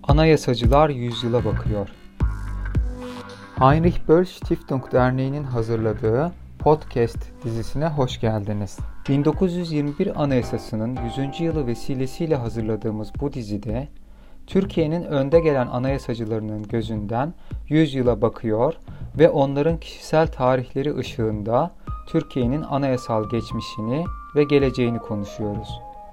Anayasacılar yüzyıla bakıyor. Heinrich Böll Stiftung Derneği'nin hazırladığı podcast dizisine hoş geldiniz. 1921 Anayasası'nın 100. yılı vesilesiyle hazırladığımız bu dizide Türkiye'nin önde gelen anayasacılarının gözünden 100 yıla bakıyor ve onların kişisel tarihleri ışığında Türkiye'nin anayasal geçmişini ve geleceğini konuşuyoruz.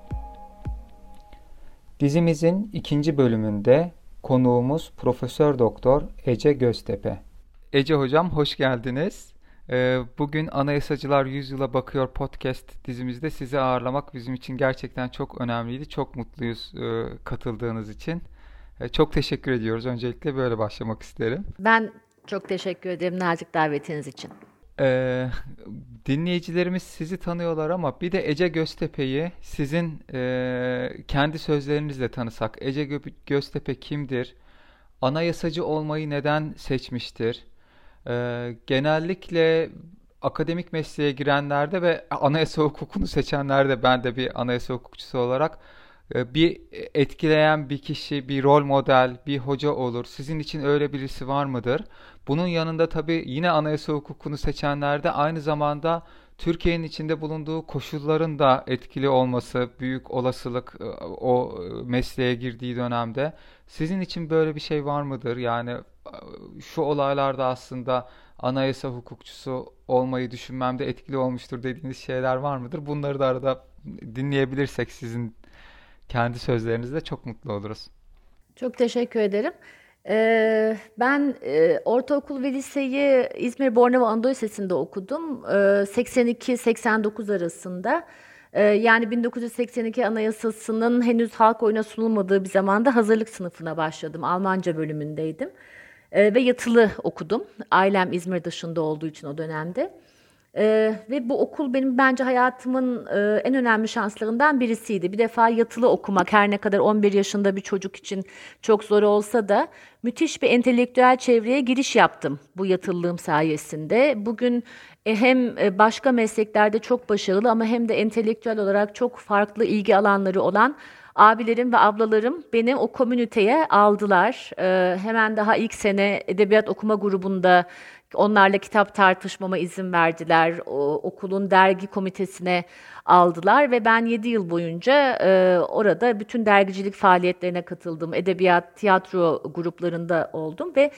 Dizimizin ikinci bölümünde konuğumuz Profesör Doktor Ece Göztepe. Ece Hocam hoş geldiniz. Bugün Anayasacılar Yüzyıla Bakıyor podcast dizimizde sizi ağırlamak bizim için gerçekten çok önemliydi. Çok mutluyuz katıldığınız için. Çok teşekkür ediyoruz. Öncelikle böyle başlamak isterim. Ben çok teşekkür ederim nazik davetiniz için. Dinleyicilerimiz sizi tanıyorlar ama bir de Ece Göztepe'yi sizin kendi sözlerinizle tanısak. Ece Göztepe kimdir? Anayasacı olmayı neden seçmiştir? Genellikle akademik mesleğe girenlerde ve anayasa hukukunu seçenlerde, ben de bir anayasa hukukçusu olarak bir etkileyen bir kişi, bir rol model, bir hoca olur. Sizin için öyle birisi var mıdır? Bunun yanında tabii yine anayasa hukukunu seçenlerde aynı zamanda Türkiye'nin içinde bulunduğu koşulların da etkili olması büyük olasılık o mesleğe girdiği dönemde. Sizin için böyle bir şey var mıdır? Yani şu olaylarda aslında anayasa hukukçusu olmayı düşünmemde etkili olmuştur dediğiniz şeyler var mıdır? Bunları da arada dinleyebilirsek sizin kendi sözlerinizle çok mutlu oluruz. Çok teşekkür ederim. Ben ortaokul ve liseyi İzmir Bornova Anadolu Lisesi'nde okudum. 82-89 arasında. Yani 1982 Anayasası'nın henüz halk oyuna sunulmadığı bir zamanda hazırlık sınıfına başladım. Almanca bölümündeydim. Ve yatılı okudum. Ailem İzmir dışında olduğu için o dönemde. Ve bu okul benim bence hayatımın en önemli şanslarından birisiydi. Bir defa yatılı okumak, her ne kadar 11 yaşında bir çocuk için çok zor olsa da müthiş bir entelektüel çevreye giriş yaptım bu yatılılığım sayesinde. Bugün hem başka mesleklerde çok başarılı ama hem de entelektüel olarak çok farklı ilgi alanları olan abilerim ve ablalarım beni o komüniteye aldılar. Hemen daha ilk sene edebiyat okuma grubunda onlarla kitap tartışmama izin verdiler. Okulun dergi komitesine aldılar ve ben 7 yıl boyunca orada bütün dergicilik faaliyetlerine katıldım. Edebiyat, tiyatro gruplarında oldum ve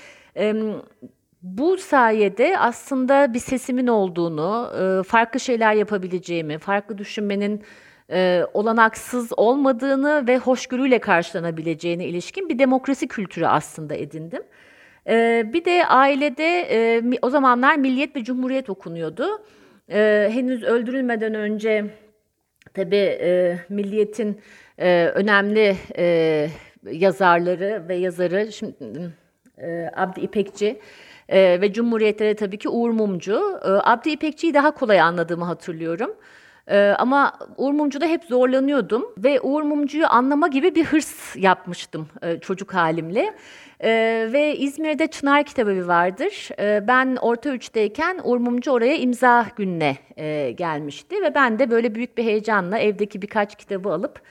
bu sayede aslında bir sesimin olduğunu, farklı şeyler yapabileceğimi, farklı düşünmenin olanaksız olmadığını ve hoşgörüyle karşılanabileceğine ilişkin bir demokrasi kültürü aslında edindim. Bir de ailede o zamanlar Milliyet ve Cumhuriyet okunuyordu. Henüz öldürülmeden önce tabii Milliyet'in önemli yazarları ve yazarı şimdi Abdi İpekçi ve Cumhuriyetlere tabii ki Uğur Mumcu. Abdi İpekçi'yi daha kolay anladığımı hatırlıyorum. Ama Uğur Mumcu'da hep zorlanıyordum ve Uğur Mumcu'yu anlama gibi bir hırs yapmıştım çocuk halimle. Ve İzmir'de Çınar Kitabevi vardır. Ben orta üçteyken Uğur Mumcu oraya imza gününe gelmişti ve ben de böyle büyük bir heyecanla evdeki birkaç kitabı alıp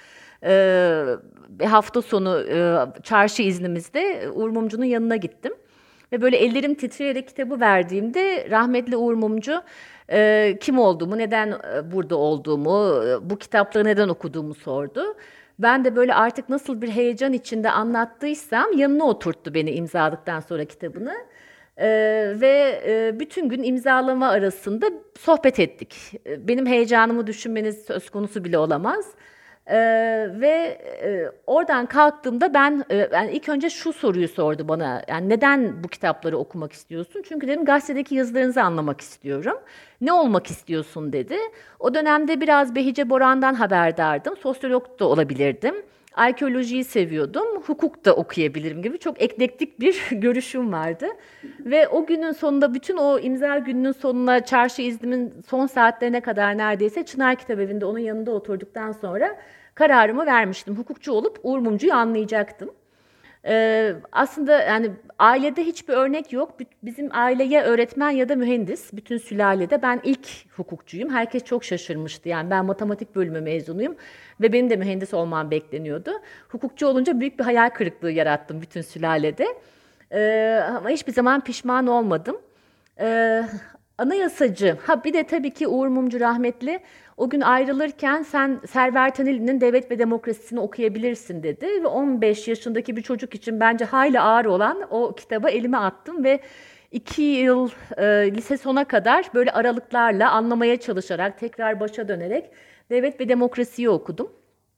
hafta sonu çarşı iznimizde Uğur Mumcu'nun yanına gittim. Ve böyle ellerim titreyerek kitabı verdiğimde rahmetli Uğur Mumcu kim olduğumu, neden burada olduğumu, bu kitapları neden okuduğumu sordu. Ben de böyle artık nasıl bir heyecan içinde anlattıysam yanına oturttu beni imzaladıktan sonra kitabını. Ve bütün gün imzalama arasında sohbet ettik. Benim heyecanımı düşünmeniz söz konusu bile olamaz. Oradan kalktığımda ben yani ilk önce şu soruyu sordu bana. Yani neden bu kitapları okumak istiyorsun? Çünkü dedim gazetedeki yazılarınızı anlamak istiyorum. Ne olmak istiyorsun dedi. O dönemde biraz Behice Boran'dan haberdardım. Sosyolog da olabilirdim. Arkeolojiyi seviyordum. Hukuk da okuyabilirim gibi çok eklektik bir görüşüm vardı. Ve o günün sonunda bütün o imza gününün sonuna çarşı iznimin son saatlerine kadar neredeyse Çınar Kitabevi'nde onun yanında oturduktan sonra kararımı vermiştim. Hukukçu olup Uğur Mumcu'yu anlayacaktım. Aslında yani ailede hiçbir örnek yok. Bizim aile ya öğretmen ya da mühendis. Bütün sülalede ben ilk hukukçuyum. Herkes çok şaşırmıştı. Yani ben matematik bölümü mezunuyum ve benim de mühendis olmam bekleniyordu. Hukukçu olunca büyük bir hayal kırıklığı yarattım bütün sülalede. Ama hiçbir zaman pişman olmadım. Ee, Anayasacı. Ha bir de tabii ki Uğur Mumcu rahmetli o gün ayrılırken sen Server Taneli'nin Devlet ve Demokrasisini okuyabilirsin dedi ve 15 yaşındaki bir çocuk için bence hayli ağır olan o kitaba elime attım ve 2 yıl lise sona kadar böyle aralıklarla anlamaya çalışarak tekrar başa dönerek Devlet ve Demokrasiyi okudum.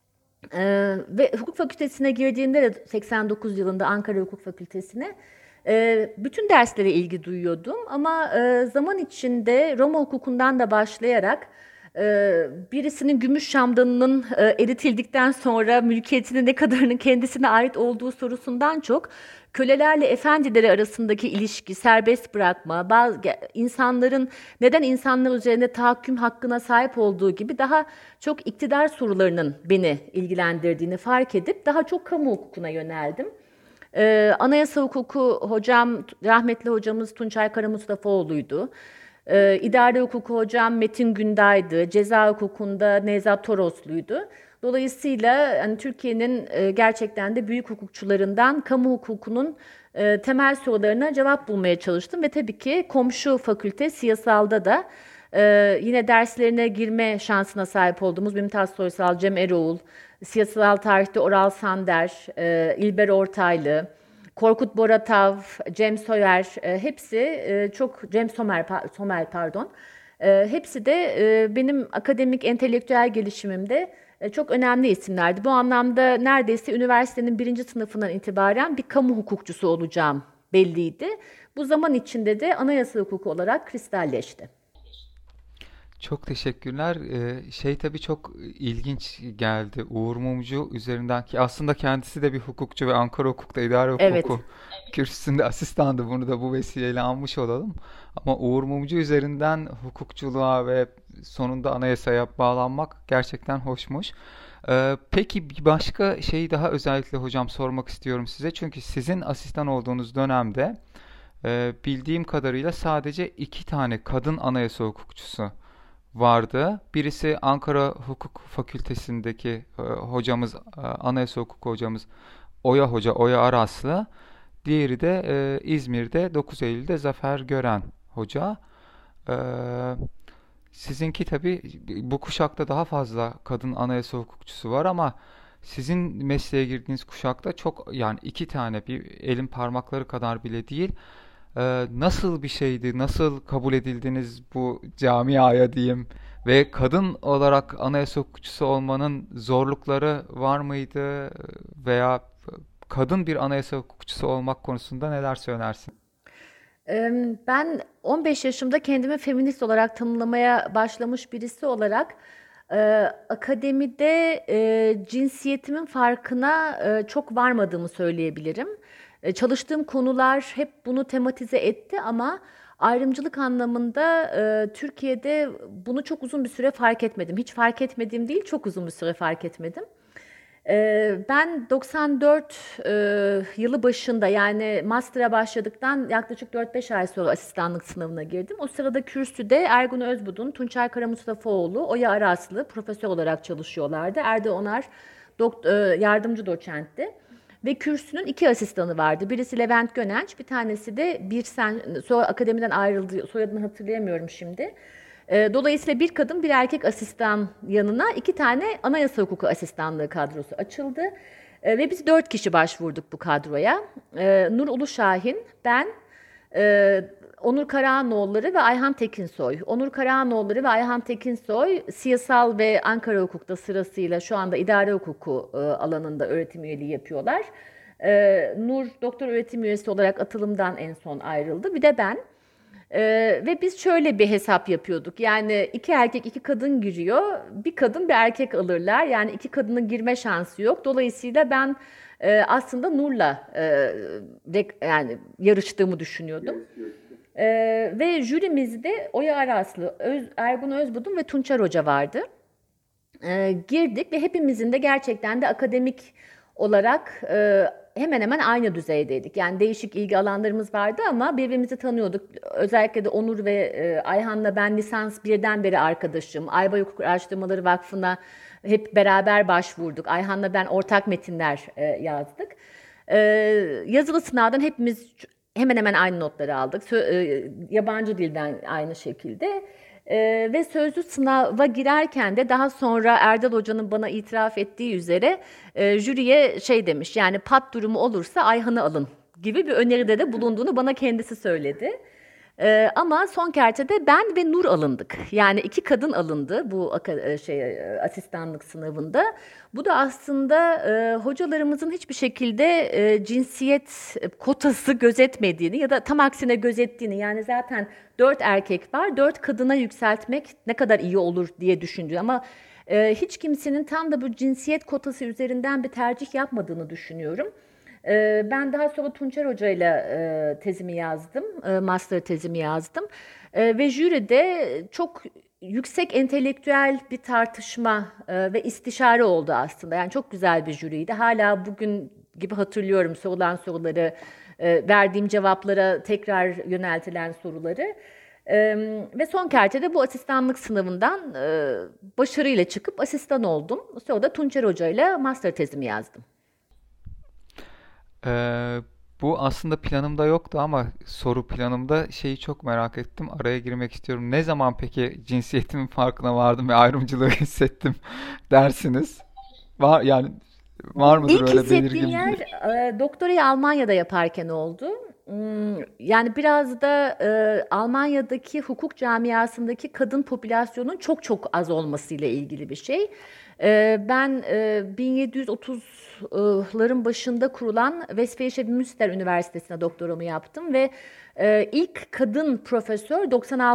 Ve hukuk fakültesine girdiğimde de 89 yılında Ankara Hukuk Fakültesine bütün derslere ilgi duyuyordum ama zaman içinde Roma hukukundan da başlayarak birisinin gümüş şamdanının eritildikten sonra mülkiyetinin ne kadarının kendisine ait olduğu sorusundan çok kölelerle efendileri arasındaki ilişki, serbest bırakma, bazı insanların neden insanlar üzerinde tahakküm hakkına sahip olduğu gibi daha çok iktidar sorularının beni ilgilendirdiğini fark edip daha çok kamu hukukuna yöneldim. Anayasa hukuku hocam, rahmetli hocamız Tunçay Karamustafaoğlu'ydu. İdare hukuku hocam Metin Günday'dı. Ceza hukukunda Nevzat Toroslu'ydu. Dolayısıyla hani Türkiye'nin gerçekten de büyük hukukçularından kamu hukukunun temel sorularına cevap bulmaya çalıştım ve tabii ki komşu fakülte siyasalda da yine derslerine girme şansına sahip olduğumuz Mümtaz Soysal, Cem Eroğlu, siyasal tarihte Oral Sander, İlber Ortaylı, Korkut Boratav, Cem Soyer, hepsi çok Cem Somer pardon. Hepsi de benim akademik entelektüel gelişimimde çok önemli isimlerdi. Bu anlamda neredeyse üniversitenin 1. sınıfından itibaren bir kamu hukukçusu olacağım belliydi. Bu zaman içinde de anayasa hukuku olarak kristalleşti. Çok teşekkürler. Şey tabii çok ilginç geldi. Uğur Mumcu üzerinden ki aslında kendisi de bir hukukçu ve Ankara Hukuk'ta idare Evet. hukuku kürsüsünde asistandı. Bunu da bu vesileyle anmış olalım. Ama Uğur Mumcu üzerinden hukukçuluğa ve sonunda anayasaya bağlanmak gerçekten hoşmuş. Peki bir başka şeyi daha özellikle hocam sormak istiyorum size. Çünkü sizin asistan olduğunuz dönemde bildiğim kadarıyla sadece 2 tane kadın anayasa hukukçusu vardı. Birisi Ankara Hukuk Fakültesindeki hocamız, Anayasa Hukuku hocamız Oya Hoca, Oya Araslı. Diğeri de İzmir'de 9 Eylül'de Zafer Gören Hoca. E, Sizinki tabii bu kuşakta daha fazla kadın anayasa hukukçusu var ama sizin mesleğe girdiğiniz kuşakta çok yani 2 tane bir elin parmakları kadar bile değil. Nasıl bir şeydi? Nasıl kabul edildiniz bu camiaya diyeyim? Ve kadın olarak anayasa hukukçusu olmanın zorlukları var mıydı? Veya kadın bir anayasa hukukçusu olmak konusunda neler söylersin? Ben 15 yaşımda kendimi feminist olarak tanımlamaya başlamış birisi olarak e, akademide cinsiyetimin farkına çok varmadığımı söyleyebilirim. Çalıştığım konular hep bunu tematize etti ama ayrımcılık anlamında Türkiye'de bunu çok uzun bir süre fark etmedim. Hiç fark etmediğim değil, çok uzun bir süre fark etmedim. Ben 94 yılı başında yani master'a başladıktan yaklaşık 4-5 ay sonra asistanlık sınavına girdim. O sırada kürsüde Ergun Özbudun, Tunçer Karamustafaoğlu, Oya Araslı profesör olarak çalışıyorlardı. Erde Onar yardımcı doçentti. Ve kürsünün 2 asistanı vardı. Birisi Levent Gönenç, bir tanesi de sonra akademiden ayrıldı. Soyadını hatırlayamıyorum şimdi. Dolayısıyla bir kadın bir erkek asistan yanına 2 tane anayasa hukuku asistanlığı kadrosu açıldı. Ve biz 4 kişi başvurduk bu kadroya. Nur Uluşahin, ben, e, Onur Karaağanoğulları ve Ayhan Tekinsoy. Onur Karaağanoğulları ve Ayhan Tekinsoy siyasal ve Ankara hukukta sırasıyla şu anda idare hukuku alanında öğretim üyeliği yapıyorlar. Nur doktor öğretim üyesi olarak atılımdan en son ayrıldı. Bir de ben. Ve biz şöyle bir hesap yapıyorduk. Yani 2 erkek 2 kadın giriyor. Bir kadın bir erkek alırlar. Yani 2 kadının girme şansı yok. Dolayısıyla ben aslında Nur'la yani yarıştığımı düşünüyordum. Ve jürimizde Oya Araslı, Ergun Özbudun ve Tunçer Hoca vardı. Girdik ve hepimizin de gerçekten de akademik olarak hemen hemen aynı düzeydeydik. Yani değişik ilgi alanlarımız vardı ama birbirimizi tanıyorduk. Özellikle de Onur ve Ayhan'la ben lisans birden beri arkadaşım. Aybay Hukuk Araştırmaları Vakfı'na hep beraber başvurduk. Ayhan'la ben ortak metinler yazdık. E, Yazılı sınavdan hepimiz hemen hemen aynı notları aldık. Yabancı dilden aynı şekilde. Ve sözlü sınava girerken de daha sonra Erdal Hoca'nın bana itiraf ettiği üzere jüriye şey demiş, yani pat durumu olursa Ayhan'ı alın gibi bir öneride de bulunduğunu bana kendisi söyledi. Ama son kertede ben ve Nur alındık. Yani iki kadın alındı bu asistanlık sınavında. Bu da aslında hocalarımızın hiçbir şekilde cinsiyet kotası gözetmediğini ya da tam aksine gözettiğini, yani zaten 4 erkek var, 4 kadına yükseltmek ne kadar iyi olur diye düşündüğü ama hiç kimsenin tam da bu cinsiyet kotası üzerinden bir tercih yapmadığını düşünüyorum. Ben daha sonra Tunçer Hoca ile tezimi yazdım, master tezimi yazdım. Ve jüride çok yüksek entelektüel bir tartışma ve istişare oldu aslında. Yani çok güzel bir jüriydi. Hala bugün gibi hatırlıyorum sorulan soruları, verdiğim cevaplara tekrar yöneltilen soruları. Ve son kertede bu asistanlık sınavından başarıyla çıkıp asistan oldum. Sonra da Tunçer Hoca ile master tezimi yazdım. Ee, Bu aslında planımda yoktu ama soru planımda şeyi çok merak ettim. Araya girmek istiyorum. Ne zaman peki cinsiyetimin farkına vardım ve ayrımcılığı hissettim dersiniz? Var yani, var mıdır İlk öyle hissettiğim belirgin yer bir... doktorayı Almanya'da yaparken oldu. Yani biraz da Almanya'daki hukuk camiasındaki kadın popülasyonun çok çok az olmasıyla ilgili bir şey. Ben 1730'ların başında kurulan Westfälische Münster Üniversitesi'ne doktoramı yaptım ve ilk kadın profesör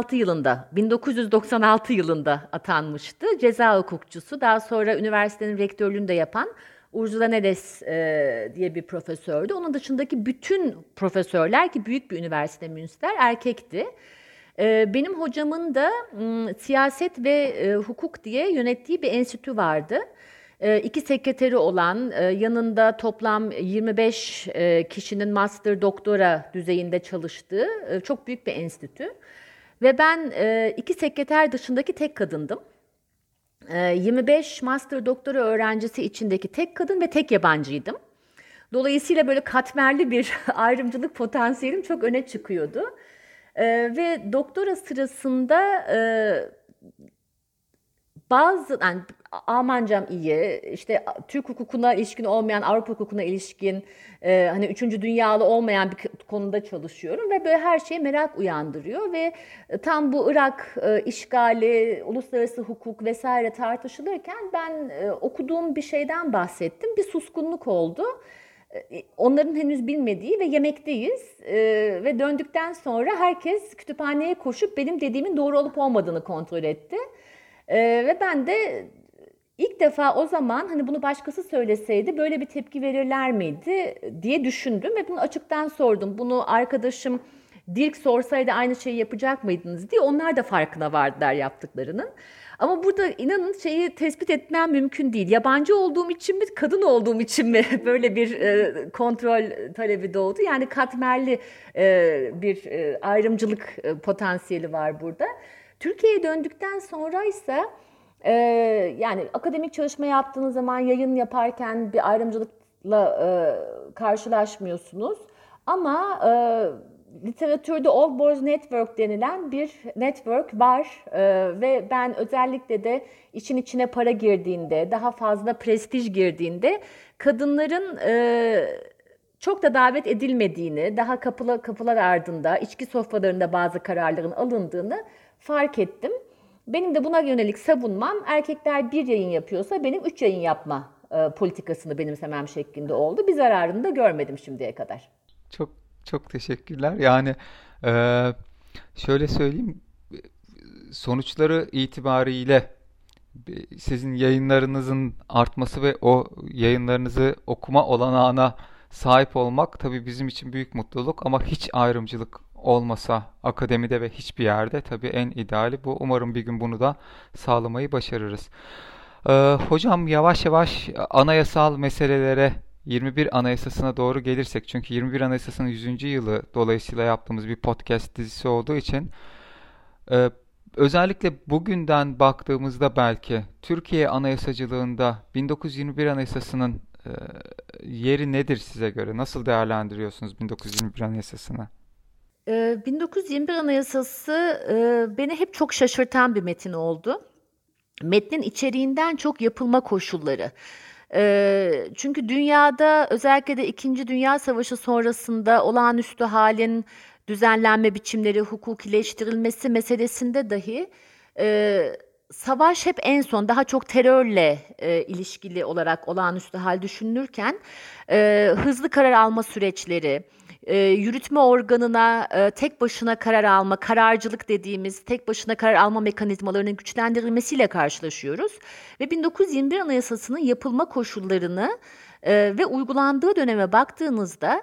1996 yılında atanmıştı. Ceza hukukçusu. Daha sonra üniversitenin rektörlüğünü de yapan Ursula Nedes diye bir profesördü. Onun dışındaki bütün profesörler, ki büyük bir üniversite Münster, erkekti. Benim hocamın da siyaset ve hukuk diye yönettiği bir enstitü vardı. İki sekreteri olan, yanında toplam 25 kişinin master doktora düzeyinde çalıştığı çok büyük bir enstitü. Ve ben iki sekreter dışındaki tek kadındım. 25 master doktora öğrencisi içindeki tek kadın ve tek yabancıydım. Dolayısıyla böyle katmerli bir ayrımcılık potansiyelim çok öne çıkıyordu. Ve doktora sırasında bazı, yani Almancam iyi, işte Türk hukukuna ilişkin olmayan, Avrupa hukukuna ilişkin, hani üçüncü dünyalı olmayan bir konuda çalışıyorum ve böyle her şeye merak uyandırıyor ve tam bu Irak işgali, uluslararası hukuk vesaire tartışılırken ben okuduğum bir şeyden bahsettim. Bir suskunluk oldu. Onların henüz bilmediği ve yemekteyiz. Ve döndükten sonra herkes kütüphaneye koşup benim dediğimin doğru olup olmadığını kontrol etti. Ve ben de ilk defa o zaman hani bunu başkası söyleseydi böyle bir tepki verirler miydi diye düşündüm ve bunu açıktan sordum. Bunu arkadaşım Dirk sorsaydı aynı şeyi yapacak mıydınız diye, onlar da farkına vardılar yaptıklarının. Ama burada inanın şeyi tespit etmem mümkün değil. Yabancı olduğum için mi, kadın olduğum için mi böyle bir kontrol talebi doğdu? Yani katmerli bir ayrımcılık potansiyeli var burada. Türkiye'ye döndükten sonra ise yani akademik çalışma yaptığınız zaman yayın yaparken bir ayrımcılıkla karşılaşmıyorsunuz. Ama literatürde Old Boys Network denilen bir network var ve ben özellikle de işin içine para girdiğinde, daha fazla prestij girdiğinde kadınların çok da davet edilmediğini, daha kapılar ardında, içki sofralarında bazı kararların alındığını fark ettim. Benim de buna yönelik savunmam, erkekler bir yayın yapıyorsa benim 3 yayın yapma politikasını benimsemem şeklinde oldu. Bir zararını da görmedim şimdiye kadar. Çok çok teşekkürler. Yani eee, şöyle söyleyeyim, sonuçları itibariyle sizin yayınlarınızın artması ve o yayınlarınızı okuma olanağına sahip olmak tabii bizim için büyük mutluluk, ama hiç ayrımcılık olmasa akademide ve hiçbir yerde tabii en ideali bu. Umarım bir gün bunu da sağlamayı başarırız. Hocam, yavaş yavaş anayasal meselelere 21 Anayasası'na doğru gelirsek, çünkü 21 Anayasası'nın 100. yılı dolayısıyla yaptığımız bir podcast dizisi olduğu için e, özellikle bugünden baktığımızda belki Türkiye anayasacılığında 1921 Anayasası'nın yeri nedir size göre? Nasıl değerlendiriyorsunuz 1921 Anayasası'nı? 1921 Anayasası beni hep çok şaşırtan bir metin oldu. Metnin içeriğinden çok yapılma koşulları. Çünkü dünyada özellikle de İkinci Dünya Savaşı sonrasında olağanüstü halin düzenlenme biçimleri, hukukileştirilmesi meselesinde dahi savaş hep en son, daha çok terörle ilişkili olarak olağanüstü hal düşünülürken hızlı karar alma süreçleri, yürütme organına tek başına karar alma, kararcılık dediğimiz tek başına karar alma mekanizmalarının güçlendirilmesiyle karşılaşıyoruz. Ve 1921 Anayasası'nın yapılma koşullarını ve uygulandığı döneme baktığınızda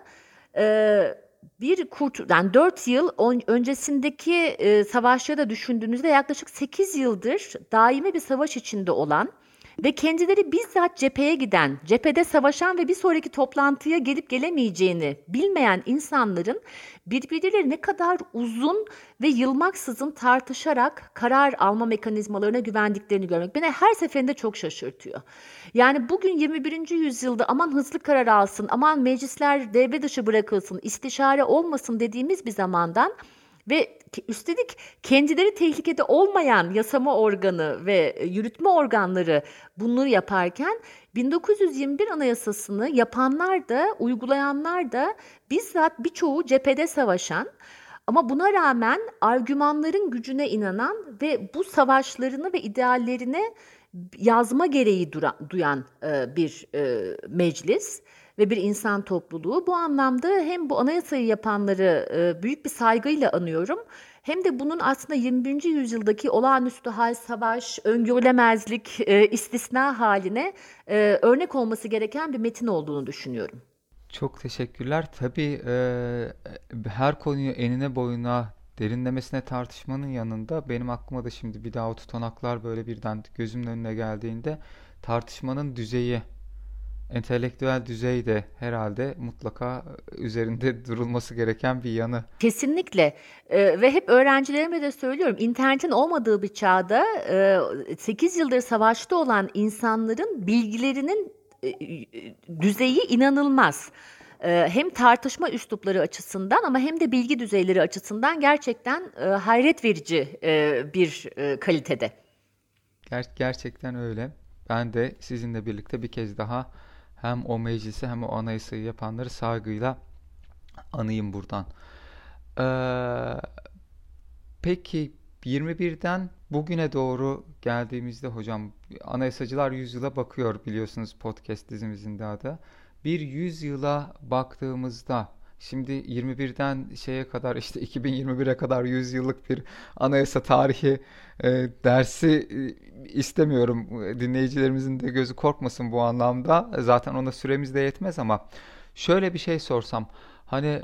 yani 4 yıl öncesindeki savaşları da düşündüğünüzde yaklaşık 8 yıldır daimi bir savaş içinde olan ve kendileri bizzat cepheye giden, cephede savaşan ve bir sonraki toplantıya gelip gelemeyeceğini bilmeyen insanların birbirleriyle ne kadar uzun ve yılmaksızın tartışarak karar alma mekanizmalarına güvendiklerini görmek beni her seferinde çok şaşırtıyor. Yani bugün 21. yüzyılda aman hızlı karar alsın, aman meclisler devre dışı bırakılsın, istişare olmasın dediğimiz bir zamandan ve üstelik kendileri tehlikede olmayan yasama organı ve yürütme organları bunları yaparken 1921 Anayasası'nı yapanlar da uygulayanlar da bizzat birçoğu cephede savaşan ama buna rağmen argümanların gücüne inanan ve bu savaşlarını ve ideallerini yazma gereği duyan bir meclis ve bir insan topluluğu. Bu anlamda hem bu anayasayı yapanları büyük bir saygıyla anıyorum, hem de bunun aslında 21. yüzyıldaki olağanüstü hal, savaş, öngörülemezlik, istisna haline örnek olması gereken bir metin olduğunu düşünüyorum. Çok teşekkürler. Tabii her konuyu enine boyuna derinlemesine tartışmanın yanında benim aklıma da şimdi bir daha o tutanaklar böyle birden gözümün önüne geldiğinde tartışmanın düzeyi, entelektüel düzey de herhalde mutlaka üzerinde durulması gereken bir yanı. Kesinlikle. Ve hep öğrencilerime de söylüyorum, internetin olmadığı bir çağda 8 yıldır savaşta olan insanların bilgilerinin düzeyi inanılmaz. Hem tartışma üslupları açısından ama hem de bilgi düzeyleri açısından gerçekten hayret verici bir kalitede. Gerçekten öyle. Ben de sizinle birlikte bir kez daha hem o meclisi hem o anayasayı yapanları saygıyla anayım buradan. Ee, peki 21'den bugüne doğru geldiğimizde hocam, Anayasacılar 100 yıla bakıyor biliyorsunuz podcast dizimizin de adı. Bir 100 yıla baktığımızda şimdi 21'den şeye kadar işte 2021'e kadar 100 yıllık bir anayasa tarihi dersi istemiyorum. Dinleyicilerimizin de gözü korkmasın bu anlamda. Zaten ona süremiz de yetmez ama şöyle bir şey sorsam. Hani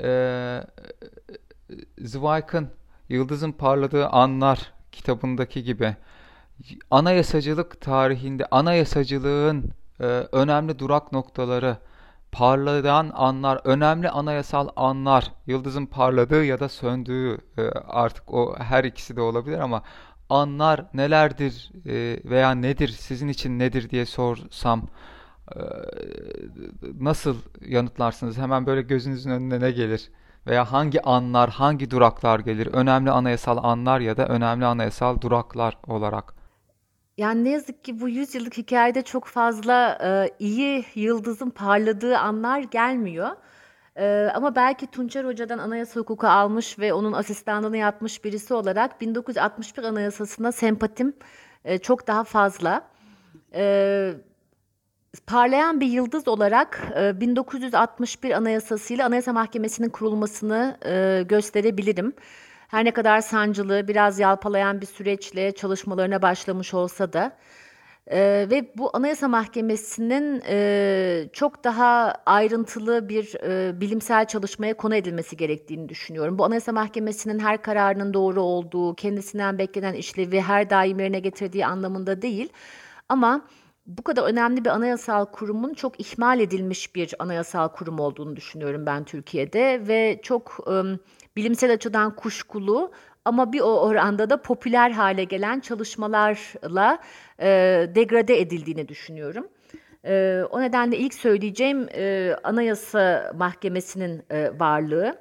Zweig'ın Yıldızın Parladığı Anlar kitabındaki gibi anayasacılık tarihinde anayasacılığın önemli durak noktaları, parlayan anlar, önemli anayasal anlar, yıldızın parladığı ya da söndüğü, artık o her ikisi de olabilir ama anlar nelerdir veya nedir, sizin için nedir diye sorsam e, nasıl yanıtlarsınız? Hemen böyle gözünüzün önüne ne gelir? Veya hangi anlar, hangi duraklar gelir? Önemli anayasal anlar ya da önemli anayasal duraklar olarak. Yani ne yazık ki bu 100 yıllık hikayede çok fazla iyi yıldızın parladığı anlar gelmiyor. Ama belki Tunçer Hoca'dan anayasa hukuku almış ve onun asistanlığını yapmış birisi olarak 1961 Anayasası'na sempatim çok daha fazla. E, Parlayan bir yıldız olarak 1961 Anayasası ile Anayasa Mahkemesi'nin kurulmasını gösterebilirim. Her ne kadar sancılı, biraz yalpalayan bir süreçle çalışmalarına başlamış olsa da ve bu Anayasa Mahkemesi'nin çok daha ayrıntılı bir bilimsel çalışmaya konu edilmesi gerektiğini düşünüyorum. Bu Anayasa Mahkemesi'nin her kararının doğru olduğu, kendisinden beklenen işlevi her daim yerine getirdiği anlamında değil. Ama Bu kadar önemli bir anayasal kurumun çok ihmal edilmiş bir anayasal kurum olduğunu düşünüyorum ben Türkiye'de ve çok bilimsel açıdan kuşkulu ama bir o oranda da popüler hale gelen çalışmalarla degrade edildiğini düşünüyorum. O nedenle ilk söyleyeceğim Anayasa Mahkemesi'nin varlığı.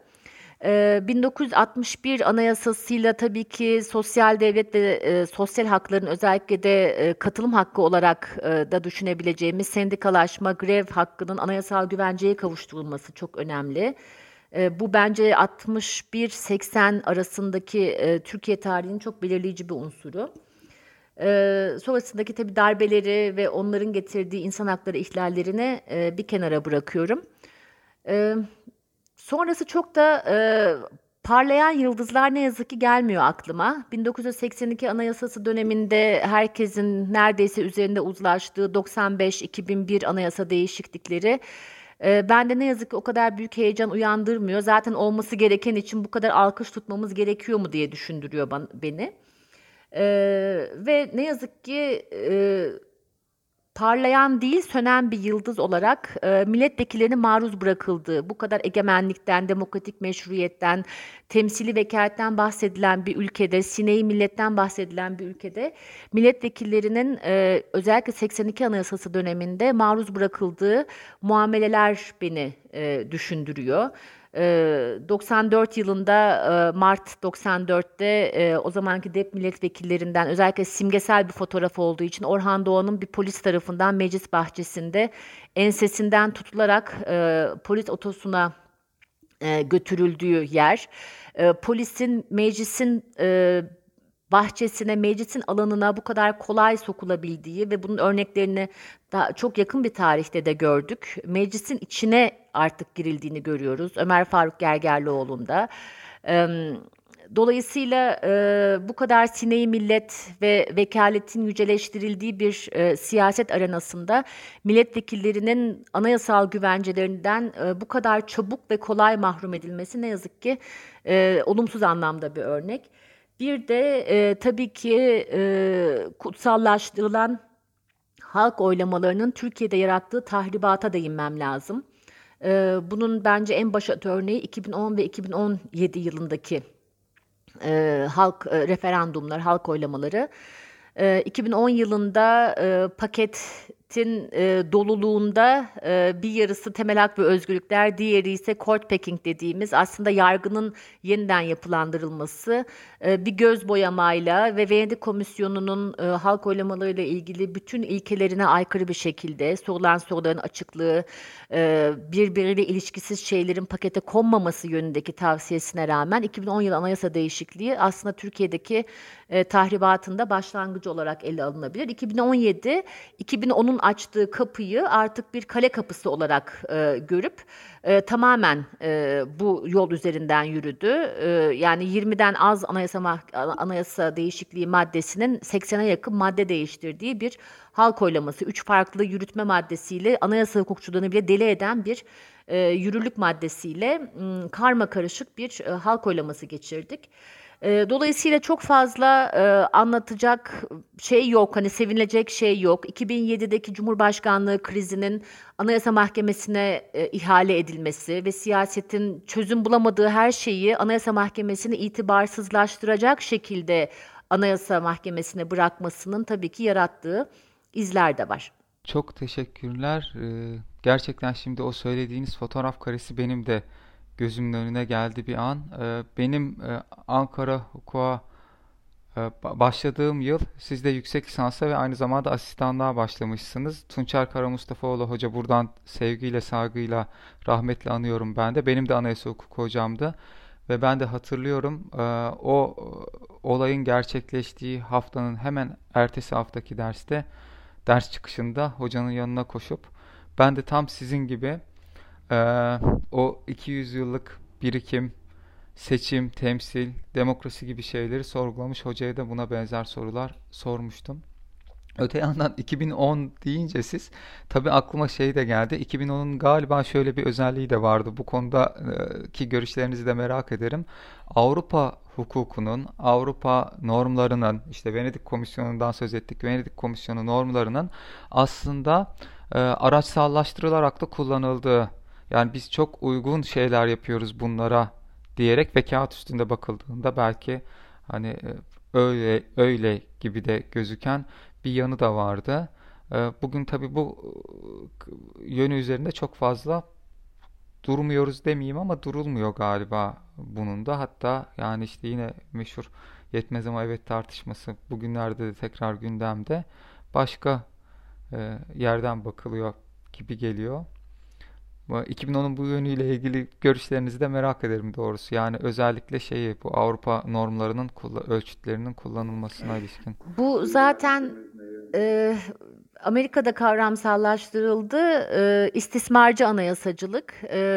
1961 Anayasası'yla tabii ki sosyal devlet ve sosyal hakların özellikle de katılım hakkı olarak da düşünebileceğimiz sendikalaşma, grev hakkının anayasal güvenceye kavuşturulması çok önemli. Bu bence 61-80 arasındaki Türkiye tarihinin çok belirleyici bir unsuru. Sonrasındaki tabii darbeleri ve onların getirdiği insan hakları ihlallerini bir kenara bırakıyorum. Ee, Sonrası çok da parlayan yıldızlar ne yazık ki gelmiyor aklıma. 1982 Anayasası döneminde herkesin neredeyse üzerinde uzlaştığı 95-2001 anayasa değişiklikleri bende ne yazık ki o kadar büyük heyecan uyandırmıyor. Zaten olması gereken için bu kadar alkış tutmamız gerekiyor mu diye düşündürüyor beni. Ve ne yazık ki parlayan değil, sönen bir yıldız olarak milletvekillerinin maruz bırakıldığı, bu kadar egemenlikten, demokratik meşruiyetten, temsili vekaletten bahsedilen bir ülkede, sineği milletten bahsedilen bir ülkede milletvekillerinin özellikle 82 Anayasası döneminde maruz bırakıldığı muameleler beni düşündürüyor. 94 yılında Mart 94'te o zamanki DEP milletvekillerinden özellikle simgesel bir fotoğraf olduğu için Orhan Doğan'ın bir polis tarafından meclis bahçesinde ensesinden tutularak polis otosuna götürüldüğü yer. Polisin meclisin bahçesine, meclisin alanına bu kadar kolay sokulabildiği ve bunun örneklerini daha çok yakın bir tarihte de gördük. Meclisin içine artık girildiğini görüyoruz. Ömer Faruk Gergerlioğlu'nda. Dolayısıyla bu kadar sineği millet ve vekaletin yüceleştirildiği bir siyaset arenasında milletvekillerinin anayasal güvencelerinden bu kadar çabuk ve kolay mahrum edilmesi ne yazık ki olumsuz anlamda bir örnek. Bir de tabii ki kutsallaştırılan halk oylamalarının Türkiye'de yarattığı tahribata değinmem lazım. Bunun bence en başat örneği 2010 ve 2017 yılındaki halk referandumlar, halk oylamaları. 2010 yılında paketin doluluğunda bir yarısı temel hak ve özgürlükler, diğeri ise court packing dediğimiz aslında yargının yeniden yapılandırılması, bir göz boyamayla ve Venedik Komisyonu'nun halk oylamalarıyla ilgili bütün ilkelerine aykırı bir şekilde sorulan soruların açıklığı, birbiriyle ilişkisiz şeylerin pakete konmaması yönündeki tavsiyesine rağmen 2010 yılı anayasa değişikliği aslında Türkiye'deki tahribatında başlangıcı olarak ele alınabilir. 2017, 2010'un açtığı kapıyı artık bir kale kapısı olarak görüp tamamen bu yol üzerinden yürüdü. Yani 20'den az anayasa değişikliği maddesinin 80'e yakın madde değiştirdiği bir halk oylaması, 3 farklı yürütme maddesiyle anayasa hukukçularını bile deli eden bir yürürlük maddesiyle karma karışık bir halk oylaması geçirdik. Dolayısıyla çok fazla anlatacak şey yok, hani sevinilecek şey yok. 2007'deki Cumhurbaşkanlığı krizinin Anayasa Mahkemesi'ne ihale edilmesi ve siyasetin çözüm bulamadığı her şeyi Anayasa Mahkemesi'ni itibarsızlaştıracak şekilde Anayasa Mahkemesi'ne bırakmasının tabii ki yarattığı izler de var. Çok teşekkürler. Gerçekten şimdi o söylediğiniz fotoğraf karesi benim de gözümün önüne geldi bir an. Benim Ankara hukuka başladığım yıl siz de yüksek lisansa ve aynı zamanda asistanlığa başlamışsınız. Tunçer Karamustafaoğlu hoca, buradan sevgiyle, saygıyla, rahmetle anıyorum ben de. Benim de anayasa hukuku hocamdı. Ve ben de hatırlıyorum o olayın gerçekleştiği haftanın hemen ertesi haftaki ders çıkışında hocanın yanına koşup ben de tam sizin gibi o 200 yıllık birikim, seçim, temsil, demokrasi gibi şeyleri sorgulamış, hocaya da buna benzer sorular sormuştum. Öte yandan 2010 deyince siz, tabii aklıma şey de geldi. 2010'un galiba şöyle bir özelliği de vardı. Bu konuda ki görüşlerinizi de merak ederim. Avrupa hukukunun, Avrupa normlarının, işte Venedik Komisyonu'ndan söz ettik. Venedik Komisyonu normlarının aslında araçsallaştırılarak da kullanıldığı, yani biz çok uygun şeyler yapıyoruz bunlara diyerek ve kağıt üstünde bakıldığında belki hani öyle öyle gibi de gözüken bir yanı da vardı. Bugün tabii bu yönü üzerinde çok fazla durmuyoruz demeyeyim ama durulmuyor galiba bunun da. Hatta yani işte yine meşhur yetmez ama evet tartışması bugünlerde de tekrar gündemde. Başka yerden bakılıyor gibi geliyor. 2010'un bu yönüyle ilgili görüşlerinizi de merak ederim doğrusu. Yani özellikle şeyi, bu Avrupa normlarının ölçütlerinin kullanılmasına ilişkin. Bu zaten e, Amerika'da kavramsallaştırıldı. İstismarcı anayasacılık.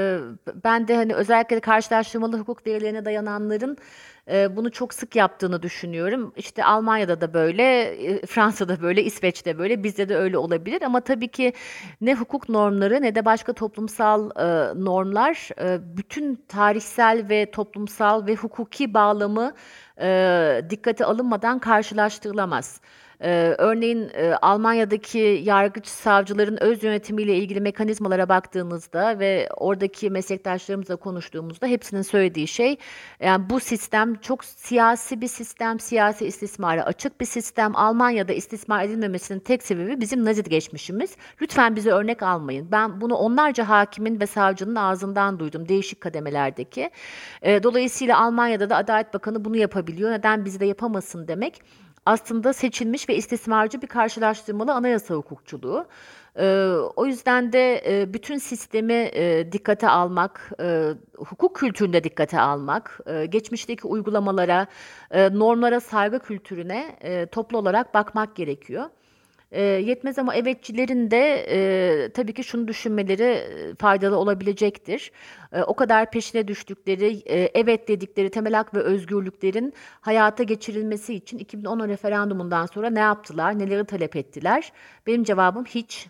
Ben de hani özellikle karşılaştırmalı hukuk değerlerine dayananların bunu çok sık yaptığını düşünüyorum. İşte Almanya'da da böyle, Fransa'da böyle, İsveç'te böyle, bizde de öyle olabilir. Ama tabii ki ne hukuk normları ne de başka toplumsal normlar bütün tarihsel ve toplumsal ve hukuki bağlamı dikkate alınmadan karşılaştırılamaz. Örneğin Almanya'daki yargıç savcıların öz yönetimiyle ilgili mekanizmalara baktığımızda ve oradaki meslektaşlarımızla konuştuğumuzda hepsinin söylediği şey, yani bu sistem çok siyasi bir sistem, siyasi istismara açık bir sistem. Almanya'da istismar edilmemesinin tek sebebi bizim Nazi geçmişimiz. Lütfen bize örnek almayın. Ben bunu onlarca hakimin ve savcının ağzından duydum, değişik kademelerdeki. Dolayısıyla Almanya'da da Adalet Bakanı bunu yapabiliyor. Neden biz de yapamasın demek aslında seçilmiş ve istismarcı bir karşılaştırmalı anayasa hukukçuluğu. O yüzden de bütün sistemi dikkate almak, hukuk kültüründe dikkate almak, geçmişteki uygulamalara, normlara saygı kültürüne toplu olarak bakmak gerekiyor. Yetmez ama evetçilerin de tabii ki şunu düşünmeleri faydalı olabilecektir. O kadar peşine düştükleri, evet dedikleri temel hak ve özgürlüklerin hayata geçirilmesi için 2010 referandumundan sonra ne yaptılar, neleri talep ettiler? Benim cevabım hiç.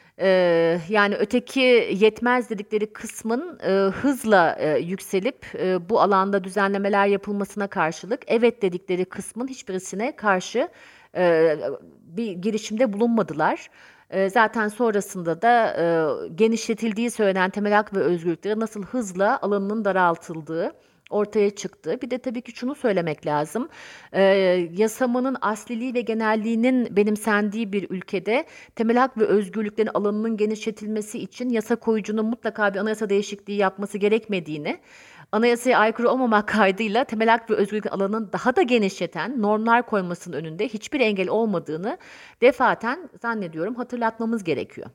Yani öteki yetmez dedikleri kısmın hızla yükselip bu alanda düzenlemeler yapılmasına karşılık evet dedikleri kısmın hiçbirisine karşı e, bir girişimde bulunmadılar. Zaten sonrasında da genişletildiği söylenen temel hak ve özgürlükleri nasıl hızla alanının daraltıldığı ortaya çıktı. Bir de tabii ki şunu söylemek lazım. Ee, Yasamanın asliliği ve genelliğinin benimsendiği bir ülkede temel hak ve özgürlüklerin alanının genişletilmesi için yasa koyucunun mutlaka bir anayasa değişikliği yapması gerekmediğini, anayasaya aykırı olmamak kaydıyla temel hak ve özgürlük alanını daha da genişleten normlar koymasının önünde hiçbir engel olmadığını defaten zannediyorum hatırlatmamız gerekiyor.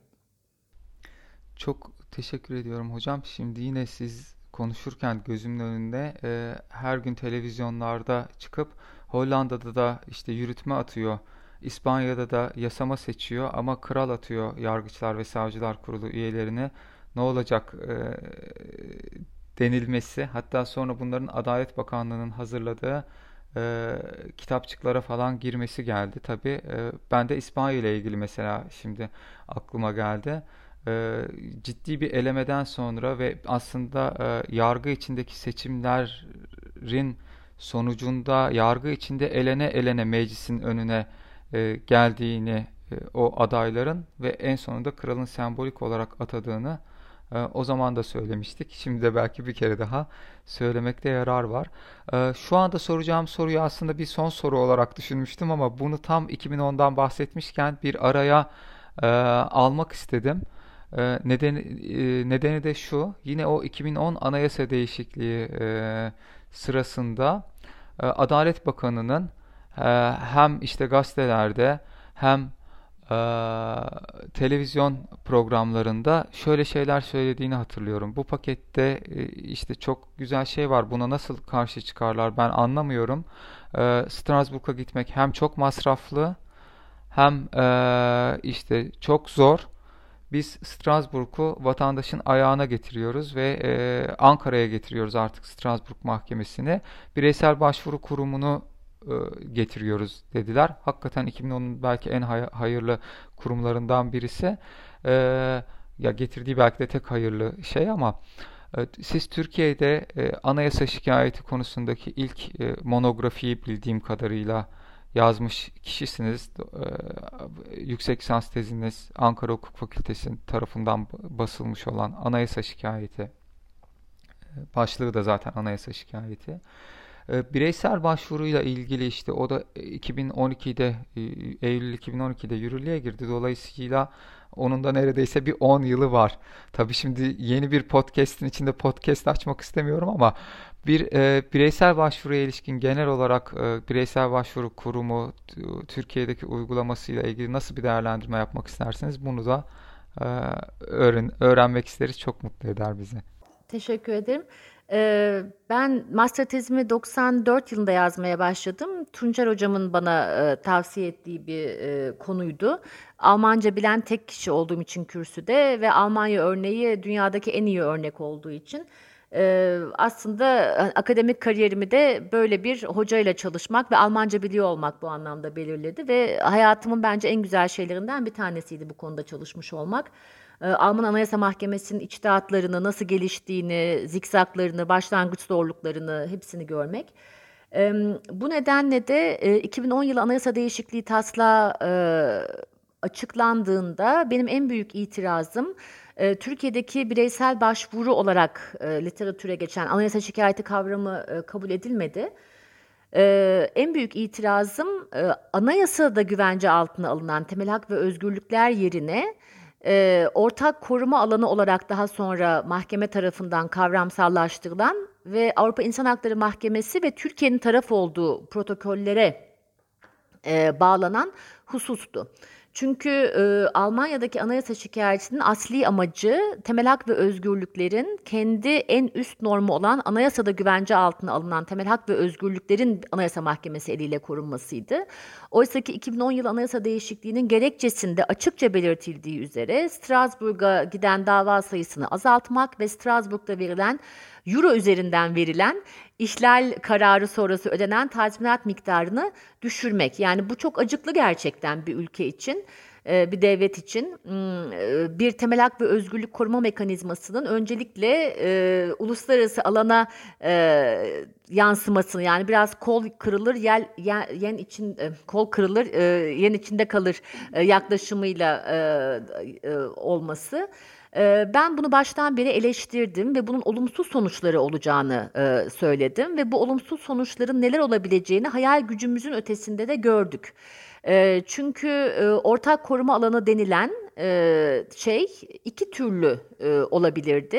Çok teşekkür ediyorum hocam. Şimdi yine siz konuşurken gözümün önünde her gün televizyonlarda çıkıp Hollanda'da da işte yürütme atıyor, İspanya'da da yasama seçiyor ama kral atıyor Yargıçlar ve Savcılar Kurulu üyelerine. Ne olacak denilmesi, hatta sonra bunların Adalet Bakanlığı'nın hazırladığı kitapçıklara falan girmesi geldi. Tabii ben de İspanya ile ilgili mesela şimdi aklıma geldi. Ciddi bir elemeden sonra ve aslında yargı içindeki seçimlerin sonucunda yargı içinde elene elene meclisin önüne geldiğini, o adayların ve en sonunda kralın sembolik olarak atadığını o zaman da söylemiştik. Şimdi de belki bir kere daha söylemekte yarar var. Şu anda soracağım soruyu aslında bir son soru olarak düşünmüştüm ama bunu tam 2010'dan bahsetmişken bir araya almak istedim. Nedeni de şu, yine o 2010 anayasa değişikliği sırasında Adalet Bakanı'nın hem işte gazetelerde hem e, televizyon programlarında şöyle şeyler söylediğini hatırlıyorum. Bu pakette işte çok güzel şey var. Buna nasıl karşı çıkarlar ben anlamıyorum. Strasbourg'a gitmek hem çok masraflı hem işte çok zor. Biz Strasbourg'u vatandaşın ayağına getiriyoruz ve Ankara'ya getiriyoruz artık Strasbourg Mahkemesi'ni. Bireysel başvuru kurumunu getiriyoruz dediler. Hakikaten 2010'un belki en hayırlı kurumlarından birisi. E, Ya getirdiği belki de tek hayırlı şey ama siz Türkiye'de anayasa şikayeti konusundaki ilk monografiyi bildiğim kadarıyla yazmış kişisiniz. Yüksek lisans teziniz Ankara Hukuk Fakültesi tarafından basılmış olan anayasa şikayeti. Başlığı da zaten anayasa şikayeti. Bireysel başvuruyla ilgili işte o da 2012'de Eylül 2012'de yürürlüğe girdi. Dolayısıyla onun da neredeyse bir 10 yılı var. Tabii şimdi yeni bir podcast'in içinde podcast açmak istemiyorum ama bireysel başvuruya ilişkin genel olarak bireysel başvuru kurumu Türkiye'deki uygulamasıyla ilgili nasıl bir değerlendirme yapmak isterseniz bunu da e, öğrenmek isteriz. Çok mutlu eder bizi. Teşekkür ederim. Ben master tezimi 94 yılında yazmaya başladım. Tuncer hocamın bana tavsiye ettiği bir konuydu. Almanca bilen tek kişi olduğum için kürsüde ve Almanya örneği dünyadaki en iyi örnek olduğu için aslında akademik kariyerimi de böyle bir hocayla çalışmak ve Almanca biliyor olmak bu anlamda belirledi ve hayatımın bence en güzel şeylerinden bir tanesiydi bu konuda çalışmış olmak. Alman Anayasa Mahkemesi'nin içtihatlarını, nasıl geliştiğini, zikzaklarını, başlangıç zorluklarını hepsini görmek. Bu nedenle de 2010 yılı anayasa değişikliği taslağı açıklandığında benim en büyük itirazım Türkiye'deki bireysel başvuru olarak literatüre geçen anayasa şikayeti kavramı kabul edilmedi. En büyük itirazım anayasada güvence altına alınan temel hak ve özgürlükler yerine ortak koruma alanı olarak daha sonra mahkeme tarafından kavramsallaştırılan ve Avrupa İnsan Hakları Mahkemesi ve Türkiye'nin taraf olduğu protokollere bağlanan husustu. Çünkü Almanya'daki anayasa şikayetinin asli amacı temel hak ve özgürlüklerin kendi en üst normu olan anayasada güvence altına alınan temel hak ve özgürlüklerin Anayasa Mahkemesi eliyle korunmasıydı. Oysa ki 2010 yılı anayasa değişikliğinin gerekçesinde açıkça belirtildiği üzere Strasbourg'a giden dava sayısını azaltmak ve Strasbourg'da verilen euro üzerinden verilen ihlal kararı sonrası ödenen tazminat miktarını düşürmek. Yani bu çok acıklı gerçekten bir ülke için, bir devlet için. Bir temel hak ve özgürlük koruma mekanizmasının öncelikle uluslararası alana yansımasını, yani biraz kol kırılır yen için kol kırılır yen içinde kalır yaklaşımıyla olması. Ben bunu baştan beri eleştirdim ve bunun olumsuz sonuçları olacağını söyledim ve bu olumsuz sonuçların neler olabileceğini hayal gücümüzün ötesinde de gördük. Çünkü ortak koruma alanı denilen şey iki türlü olabilirdi.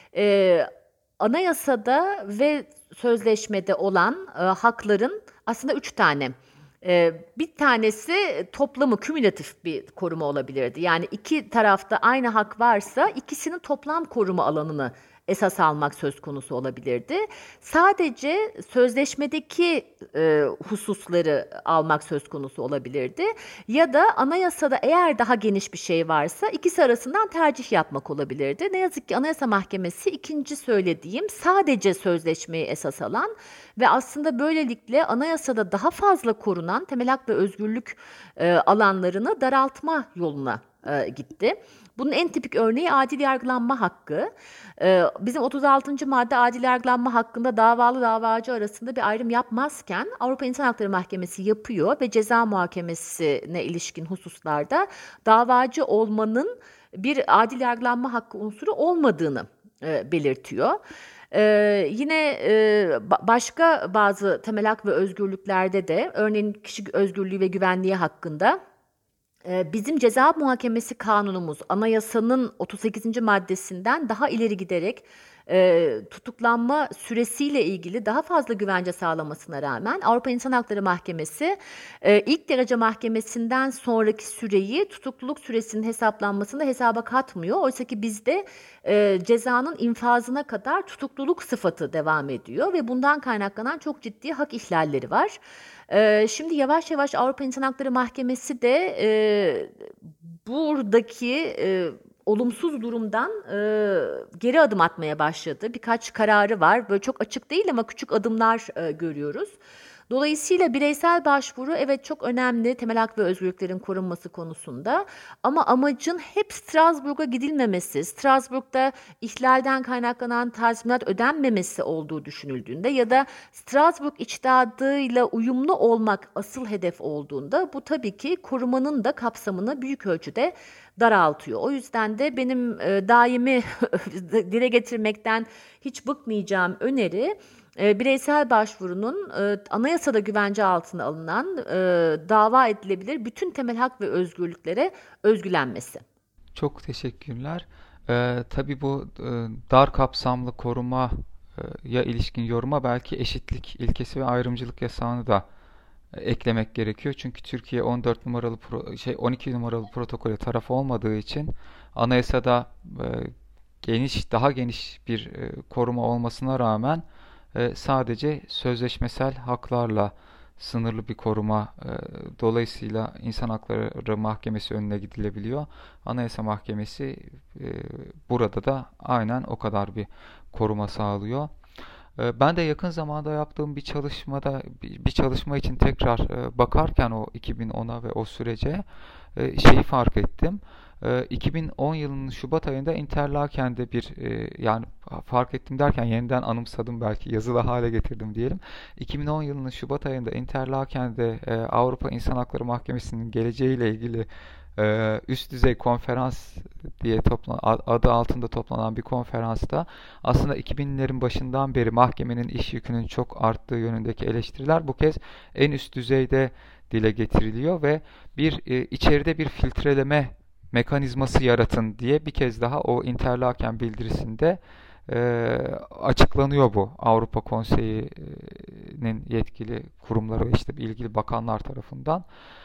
Anayasada ve sözleşmede olan hakların aslında 3 tane. Bir tanesi toplamı, kümülatif bir koruma olabilirdi. Yani iki tarafta aynı hak varsa ikisinin toplam koruma alanını esas almak söz konusu olabilirdi. Sadece sözleşmedeki hususları almak söz konusu olabilirdi. Ya da anayasada eğer daha geniş bir şey varsa ikisi arasından tercih yapmak olabilirdi. Ne yazık ki Anayasa Mahkemesi ikinci söylediğim sadece sözleşmeyi esas alan ve aslında böylelikle anayasada daha fazla korunan temel hak ve özgürlük alanlarını daraltma yoluna gitti. Bunun en tipik örneği adil yargılanma hakkı. Bizim 36. madde adil yargılanma hakkında davalı davacı arasında bir ayrım yapmazken Avrupa İnsan Hakları Mahkemesi yapıyor ve ceza muhakemesine ilişkin hususlarda davacı olmanın bir adil yargılanma hakkı unsuru olmadığını belirtiyor. Yine başka bazı temel hak ve özgürlüklerde de, örneğin kişi özgürlüğü ve güvenliği hakkında bizim ceza muhakemesi kanunumuz anayasanın 38. maddesinden daha ileri giderek tutuklanma süresiyle ilgili daha fazla güvence sağlamasına rağmen Avrupa İnsan Hakları Mahkemesi ilk derece mahkemesinden sonraki süreyi tutukluluk süresinin hesaplanmasında hesaba katmıyor. Oysa ki bizde cezanın infazına kadar tutukluluk sıfatı devam ediyor ve bundan kaynaklanan çok ciddi hak ihlalleri var. Şimdi yavaş yavaş Avrupa İnsan Hakları Mahkemesi de buradaki olumsuz durumdan geri adım atmaya başladı. Birkaç kararı var. Böyle çok açık değil ama küçük adımlar görüyoruz. Dolayısıyla bireysel başvuru evet çok önemli temel hak ve özgürlüklerin korunması konusunda. Ama amacın hep Strasbourg'a gidilmemesi, Strasbourg'da ihlalden kaynaklanan tazminat ödenmemesi olduğu düşünüldüğünde ya da Strasbourg içtihadıyla uyumlu olmak asıl hedef olduğunda bu tabii ki korumanın da kapsamını büyük ölçüde daraltıyor. O yüzden de benim daimi dile getirmekten hiç bıkmayacağım öneri bireysel başvurunun anayasada güvence altına alınan dava edilebilir bütün temel hak ve özgürlüklere özgülenmesi. Çok teşekkürler. Tabii bu dar kapsamlı koruma ya ilişkin yoruma belki eşitlik ilkesi ve ayrımcılık yasağını da eklemek gerekiyor. Çünkü Türkiye 14 numaralı 12 numaralı protokole taraf olmadığı için anayasada daha geniş bir koruma olmasına rağmen sadece sözleşmesel haklarla sınırlı bir koruma, dolayısıyla İnsan Hakları Mahkemesi önüne gidilebiliyor. Anayasa Mahkemesi burada da aynen o kadar bir koruma sağlıyor. Ben de yakın zamanda yaptığım bir çalışma için tekrar bakarken o 2010'a ve o sürece şeyi fark ettim. 2010 yılının Şubat ayında Interlaken'de yani fark ettim derken yeniden anımsadım, belki yazılı hale getirdim diyelim. 2010 yılının Şubat ayında Interlaken'de Avrupa İnsan Hakları Mahkemesi'nin geleceğiyle ilgili üst düzey konferans diye adı altında toplanan bir konferansta aslında 2000'lerin başından beri mahkemenin iş yükünün çok arttığı yönündeki eleştiriler bu kez en üst düzeyde dile getiriliyor ve içeride bir filtreleme mekanizması yaratın diye bir kez daha o Interlaken bildirisinde açıklanıyor bu Avrupa Konseyi'nin yetkili kurumları ve işte ilgili bakanlar tarafından.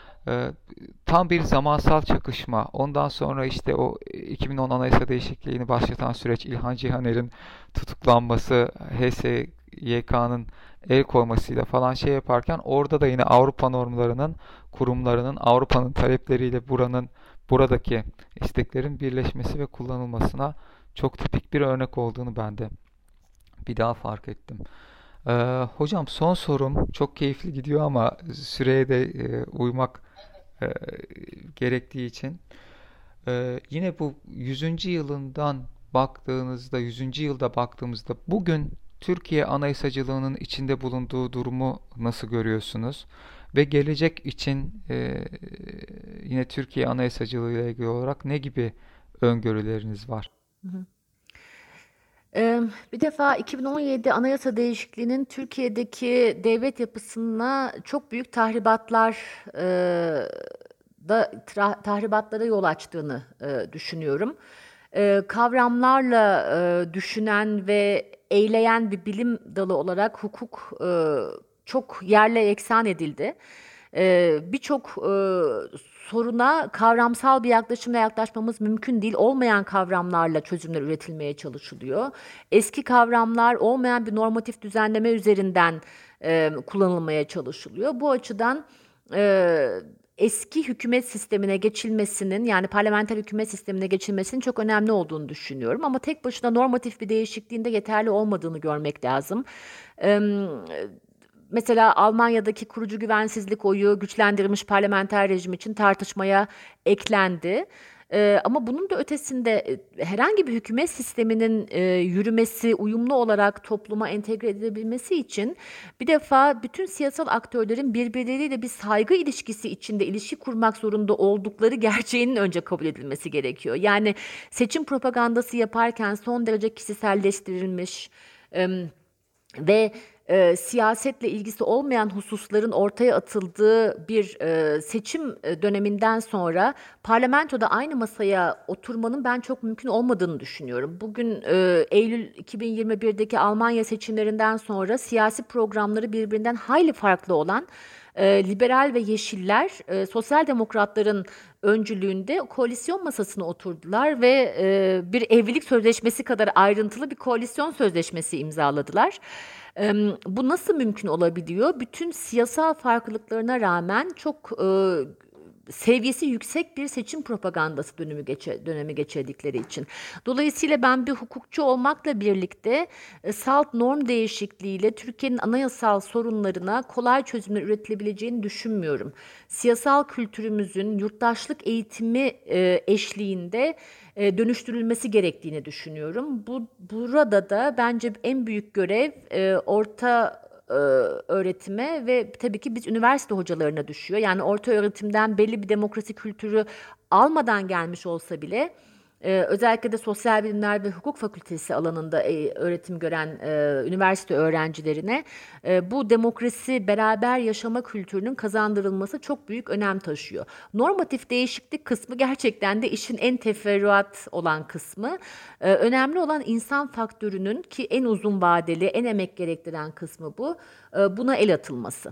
Tam bir zamansal çakışma. Ondan sonra işte o 2010 Anayasa değişikliğini başlatan süreç, İlhan Cihaner'in tutuklanması, HSYK'nın el koymasıyla falan şey yaparken orada da yine Avrupa normlarının, kurumlarının, Avrupa'nın talepleriyle buradaki isteklerin birleşmesi ve kullanılmasına çok tipik bir örnek olduğunu ben de bir daha fark ettim. Hocam, son sorum çok keyifli gidiyor ama süreye de uymak e, gerektiği için yine bu 100. yılından baktığınızda 100. yılda baktığımızda bugün Türkiye anayasacılığının içinde bulunduğu durumu nasıl görüyorsunuz? Ve gelecek için yine Türkiye anayasacılığı ile ilgili olarak ne gibi öngörüleriniz var? Hı hı. Bir defa 2017 anayasa değişikliğinin Türkiye'deki devlet yapısına çok büyük tahribatlara yol açtığını düşünüyorum. Kavramlarla düşünen ve eyleyen bir bilim dalı olarak hukuk çok yerle yeksan edildi. Birçok soruna kavramsal bir yaklaşımla yaklaşmamız mümkün değil. Olmayan kavramlarla çözümler üretilmeye çalışılıyor. Eski kavramlar olmayan bir normatif düzenleme üzerinden kullanılmaya çalışılıyor. Bu açıdan eski hükümet sistemine geçilmesinin, yani parlamenter hükümet sistemine geçilmesinin çok önemli olduğunu düşünüyorum. Ama tek başına normatif bir değişikliğin de yeterli olmadığını görmek lazım. Mesela Almanya'daki kurucu güvensizlik oyu güçlendirilmiş parlamenter rejim için tartışmaya eklendi. Ama bunun da ötesinde herhangi bir hükümet sisteminin yürümesi, uyumlu olarak topluma entegre edilebilmesi için bir defa bütün siyasal aktörlerin birbirleriyle bir saygı ilişkisi içinde ilişki kurmak zorunda oldukları gerçeğinin önce kabul edilmesi gerekiyor. Yani seçim propagandası yaparken son derece kişiselleştirilmiş ve siyasetle ilgisi olmayan hususların ortaya atıldığı bir seçim döneminden sonra parlamentoda aynı masaya oturmanın ben çok mümkün olmadığını düşünüyorum. Bugün Eylül 2021'deki Almanya seçimlerinden sonra siyasi programları birbirinden hayli farklı olan liberal ve yeşiller, sosyal demokratların öncülüğünde koalisyon masasına oturdular ve bir evlilik sözleşmesi kadar ayrıntılı bir koalisyon sözleşmesi imzaladılar. Bu nasıl mümkün olabiliyor? Bütün siyasal farklılıklarına rağmen çok seviyesi yüksek bir seçim propagandası dönemi geçirdikleri için. Dolayısıyla ben bir hukukçu olmakla birlikte salt norm değişikliğiyle Türkiye'nin anayasal sorunlarına kolay çözümler üretilebileceğini düşünmüyorum. Siyasal kültürümüzün yurttaşlık eğitimi eşliğinde dönüştürülmesi gerektiğini düşünüyorum. Burada da bence en büyük görev orta öğretime ve tabii ki biz üniversite hocalarına düşüyor. Yani orta öğretimden belli bir demokrasi kültürü almadan gelmiş olsa bile özellikle de sosyal bilimler ve hukuk fakültesi alanında öğretim gören üniversite öğrencilerine bu demokrasi beraber yaşama kültürünün kazandırılması çok büyük önem taşıyor. Normatif değişiklik kısmı gerçekten de işin en teferruat olan kısmı. Önemli olan insan faktörünün ki en uzun vadeli, en emek gerektiren kısmı bu. Buna el atılması.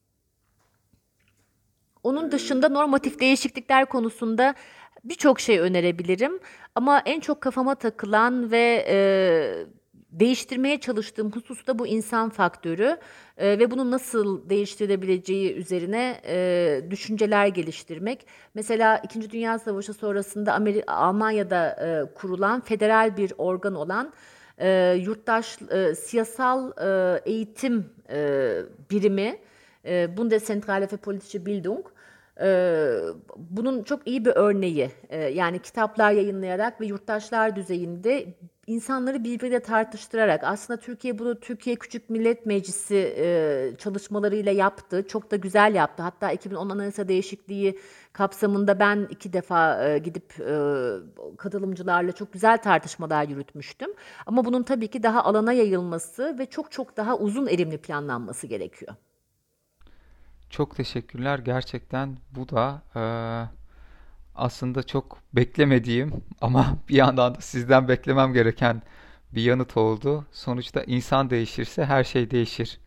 Onun dışında normatif değişiklikler konusunda birçok şey önerebilirim. Ama en çok kafama takılan ve değiştirmeye çalıştığım husus da bu insan faktörü ve bunu nasıl değiştirilebileceği üzerine düşünceler geliştirmek. Mesela İkinci Dünya Savaşı sonrasında Almanya'da kurulan federal bir organ olan siyasal eğitim birimi, Bundeszentrale für Politische Bildung. Bunun çok iyi bir örneği. Yani kitaplar yayınlayarak ve yurttaşlar düzeyinde insanları birbiriyle tartıştırarak aslında Türkiye bunu Türkiye Küçük Millet Meclisi çalışmalarıyla yaptı. Çok da güzel yaptı. Hatta 2010 Anayasa Değişikliği kapsamında ben 2 defa gidip katılımcılarla çok güzel tartışmalar yürütmüştüm. Ama bunun tabii ki daha alana yayılması ve çok çok daha uzun erimli planlanması gerekiyor. Çok teşekkürler. Gerçekten bu da aslında çok beklemediğim ama bir yandan da sizden beklemem gereken bir yanıt oldu. Sonuçta insan değişirse her şey değişir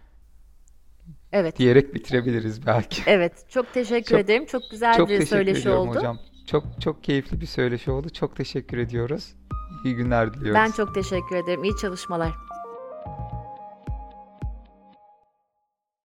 Evet. diyerek bitirebiliriz belki. Evet, çok teşekkür Çok ederim. Çok güzel çok bir teşekkür söyleşi ediyorum oldu. hocam. Çok çok keyifli bir söyleşi oldu. Çok teşekkür ediyoruz. İyi günler Ben diliyoruz. çok teşekkür ederim. İyi çalışmalar.